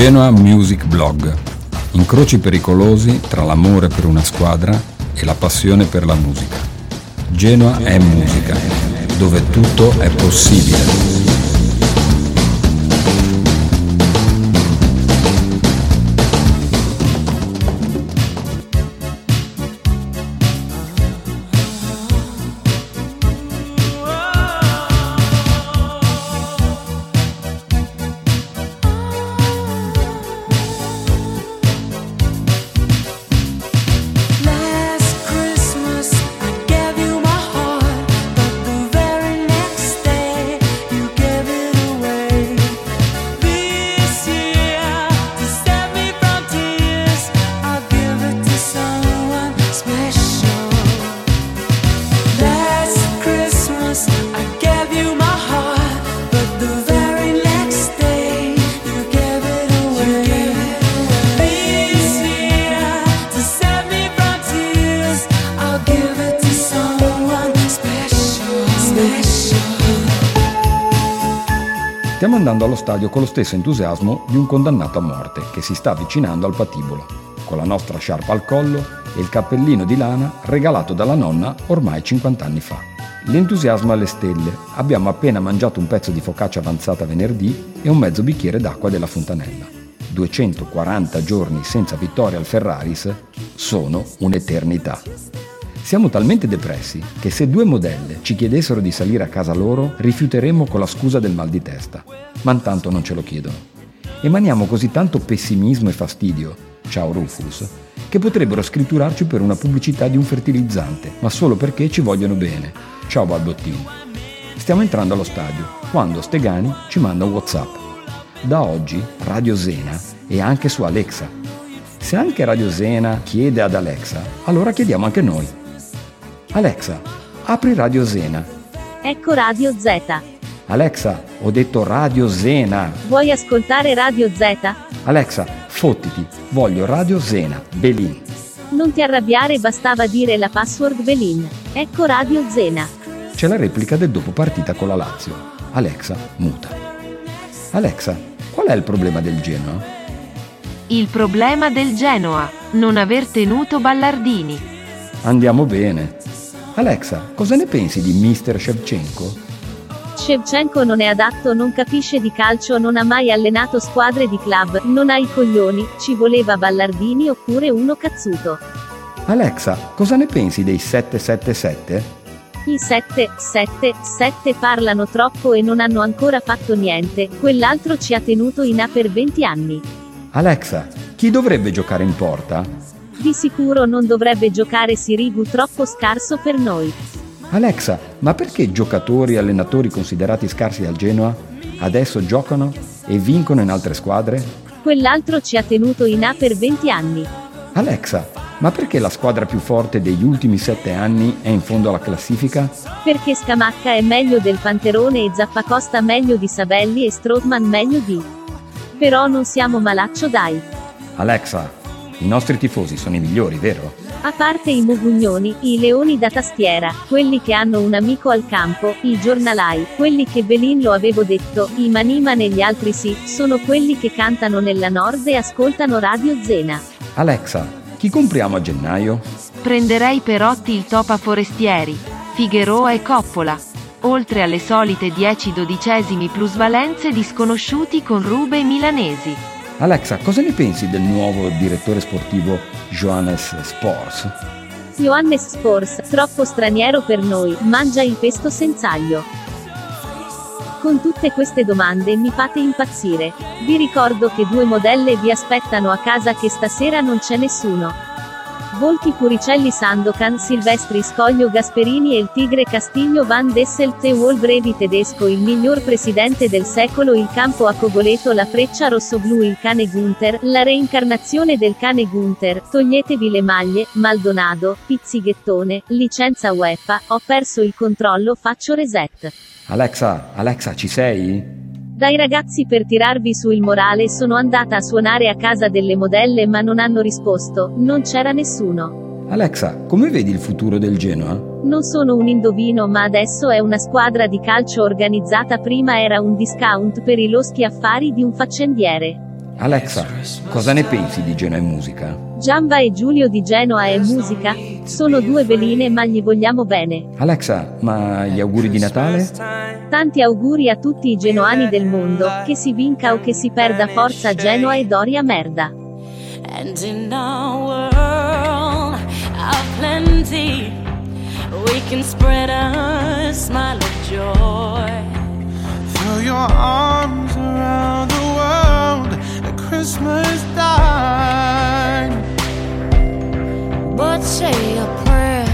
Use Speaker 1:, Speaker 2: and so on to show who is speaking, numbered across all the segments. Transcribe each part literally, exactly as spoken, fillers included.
Speaker 1: Genoa Music Blog. Incroci pericolosi tra l'amore per una squadra e la passione per la musica. Genoa è musica, dove tutto è possibile.
Speaker 2: Stiamo andando allo stadio con lo stesso entusiasmo di un condannato a morte che si sta avvicinando al patibolo, con la nostra sciarpa al collo e il cappellino di lana regalato dalla nonna ormai cinquanta anni fa. L'entusiasmo alle stelle, abbiamo appena mangiato un pezzo di focaccia avanzata venerdì e un mezzo bicchiere d'acqua della fontanella. duecentoquaranta giorni senza vittoria al Ferraris sono un'eternità. Siamo talmente depressi che se due modelle ci chiedessero di salire a casa loro, rifiuteremmo con la scusa del mal di testa, ma intanto non ce lo chiedono. Emaniamo così tanto pessimismo e fastidio, ciao Rufus, che potrebbero scritturarci per una pubblicità di un fertilizzante, ma solo perché ci vogliono bene, ciao Balbottini. Stiamo entrando allo stadio, quando Stegani ci manda un WhatsApp. Da oggi Radio Zena è anche su Alexa. Se anche Radio Zena chiede ad Alexa, allora chiediamo anche noi. Alexa, apri Radio Zena.
Speaker 3: Ecco Radio Z.
Speaker 2: Alexa, ho detto Radio Zena.
Speaker 3: Vuoi ascoltare Radio Z?
Speaker 2: Alexa, fottiti, voglio Radio Zena, Belin.
Speaker 3: Non ti arrabbiare, bastava dire la password Belin. Ecco Radio Zena.
Speaker 2: C'è la replica del dopo partita con la Lazio. Alexa, muta. Alexa, qual è il problema del Genoa?
Speaker 4: Il problema del Genoa, non aver tenuto Ballardini.
Speaker 2: Andiamo bene. Alexa, cosa ne pensi di mister Shevchenko?
Speaker 3: Shevchenko non è adatto, non capisce di calcio, non ha mai allenato squadre di club, non ha i coglioni, ci voleva Ballardini oppure uno cazzuto.
Speaker 2: Alexa, cosa ne pensi dei sette sette sette?
Speaker 3: I sette sette sette parlano troppo e non hanno ancora fatto niente, quell'altro ci ha tenuto in A per venti anni.
Speaker 2: Alexa, chi dovrebbe giocare in porta?
Speaker 3: Di sicuro non dovrebbe giocare Sirigu, troppo scarso per noi.
Speaker 2: Alexa, ma perché giocatori e allenatori considerati scarsi al Genoa adesso giocano e vincono in altre squadre?
Speaker 3: Quell'altro ci ha tenuto in A per venti anni.
Speaker 2: Alexa, ma perché la squadra più forte degli ultimi sette anni è in fondo alla classifica?
Speaker 3: Perché Scamacca è meglio del Panterone e Zappacosta meglio di Sabelli e Strootman meglio di... Però non siamo malaccio, dai.
Speaker 2: Alexa, i nostri tifosi sono i migliori, vero?
Speaker 3: A parte i mugugnoni, i leoni da tastiera, quelli che hanno un amico al campo, i giornalai, quelli che Belin lo avevo detto, i Maniman e gli altri sì, sono quelli che cantano nella Nord e ascoltano Radio Zena.
Speaker 2: Alexa, chi compriamo a gennaio?
Speaker 4: Prenderei Perotti il Topa Forestieri, Figueroa e Coppola. Oltre alle solite dieci dodicesimi plusvalenze di sconosciuti con rube e milanesi.
Speaker 2: Alexa, cosa ne pensi del nuovo direttore sportivo Johannes Spors?
Speaker 3: Johannes Spors, troppo straniero per noi, mangia il pesto senz'aglio. Con tutte queste domande mi fate impazzire. Vi ricordo che due modelle vi aspettano a casa, che stasera non c'è nessuno. Volti Puricelli, Sandokan, Silvestri, Scoglio, Gasperini e il Tigre, Castiglio, Van Dessel, The Wall, Brevi, Tedesco, il miglior presidente del secolo, il campo a Cogoleto, la freccia rossoblu, il cane Gunther, la reincarnazione del cane Gunther, toglietevi le maglie, Maldonado, Pizzighettone, licenza UEFA, ho perso il controllo, faccio reset.
Speaker 2: Alexa, Alexa, ci sei?
Speaker 3: Dai ragazzi, per tirarvi su il morale sono andata a suonare a casa delle modelle ma non hanno risposto, non c'era nessuno.
Speaker 2: Alexa, come vedi il futuro del Genoa?
Speaker 3: Non sono un indovino, ma adesso è una squadra di calcio organizzata, prima era un discount per i loschi affari di un faccendiere.
Speaker 2: Alexa, cosa ne pensi di Genoa è musica?
Speaker 3: Giamba e Giulio di Genoa è musica? Sono due veline ma gli vogliamo bene.
Speaker 2: Alexa, ma gli auguri di Natale?
Speaker 3: Tanti auguri a tutti i genoani del mondo, che si vinca o che si perda, forza Genoa e Doria merda.
Speaker 5: And in our world of plenty, we can spread a smile of joy.
Speaker 6: Throw your arms around the world at Christmas time.
Speaker 5: But say a prayer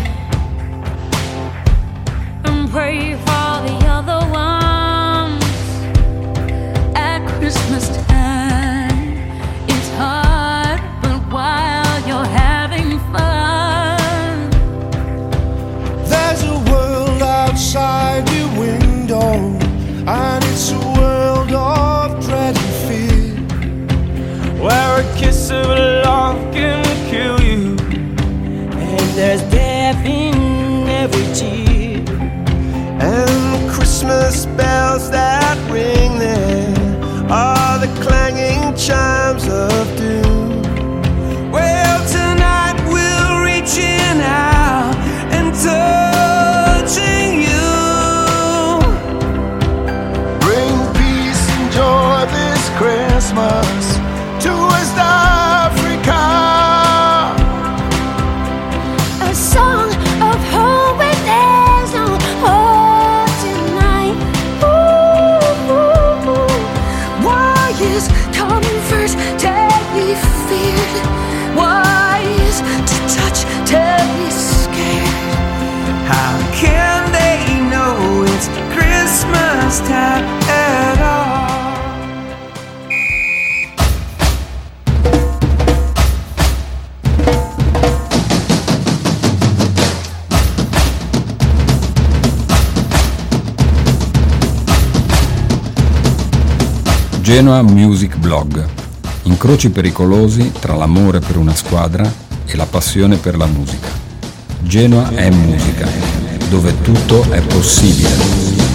Speaker 5: and pray for the other ones. At Christmas time, it's hard, but while you're having fun,
Speaker 6: There's a world outside your window, and it's a world of dread and fear, where a kiss of love can kill you, and there's death in every tear, and the Christmas bells that ring there are the clanging chimes of doom. Well, tonight we're reaching out and touching you. Bring peace and joy this Christmas to West Africa.
Speaker 5: a song of hope when there's no hope tonight. Ooh, ooh, ooh. Why is comfort deadly feared? Why is to touch deadly scared?
Speaker 6: How can they know it's Christmas time at all?
Speaker 1: Genoa Music Blog. Incroci pericolosi tra l'amore per una squadra e la passione per la musica. Genoa è musica, dove tutto è possibile.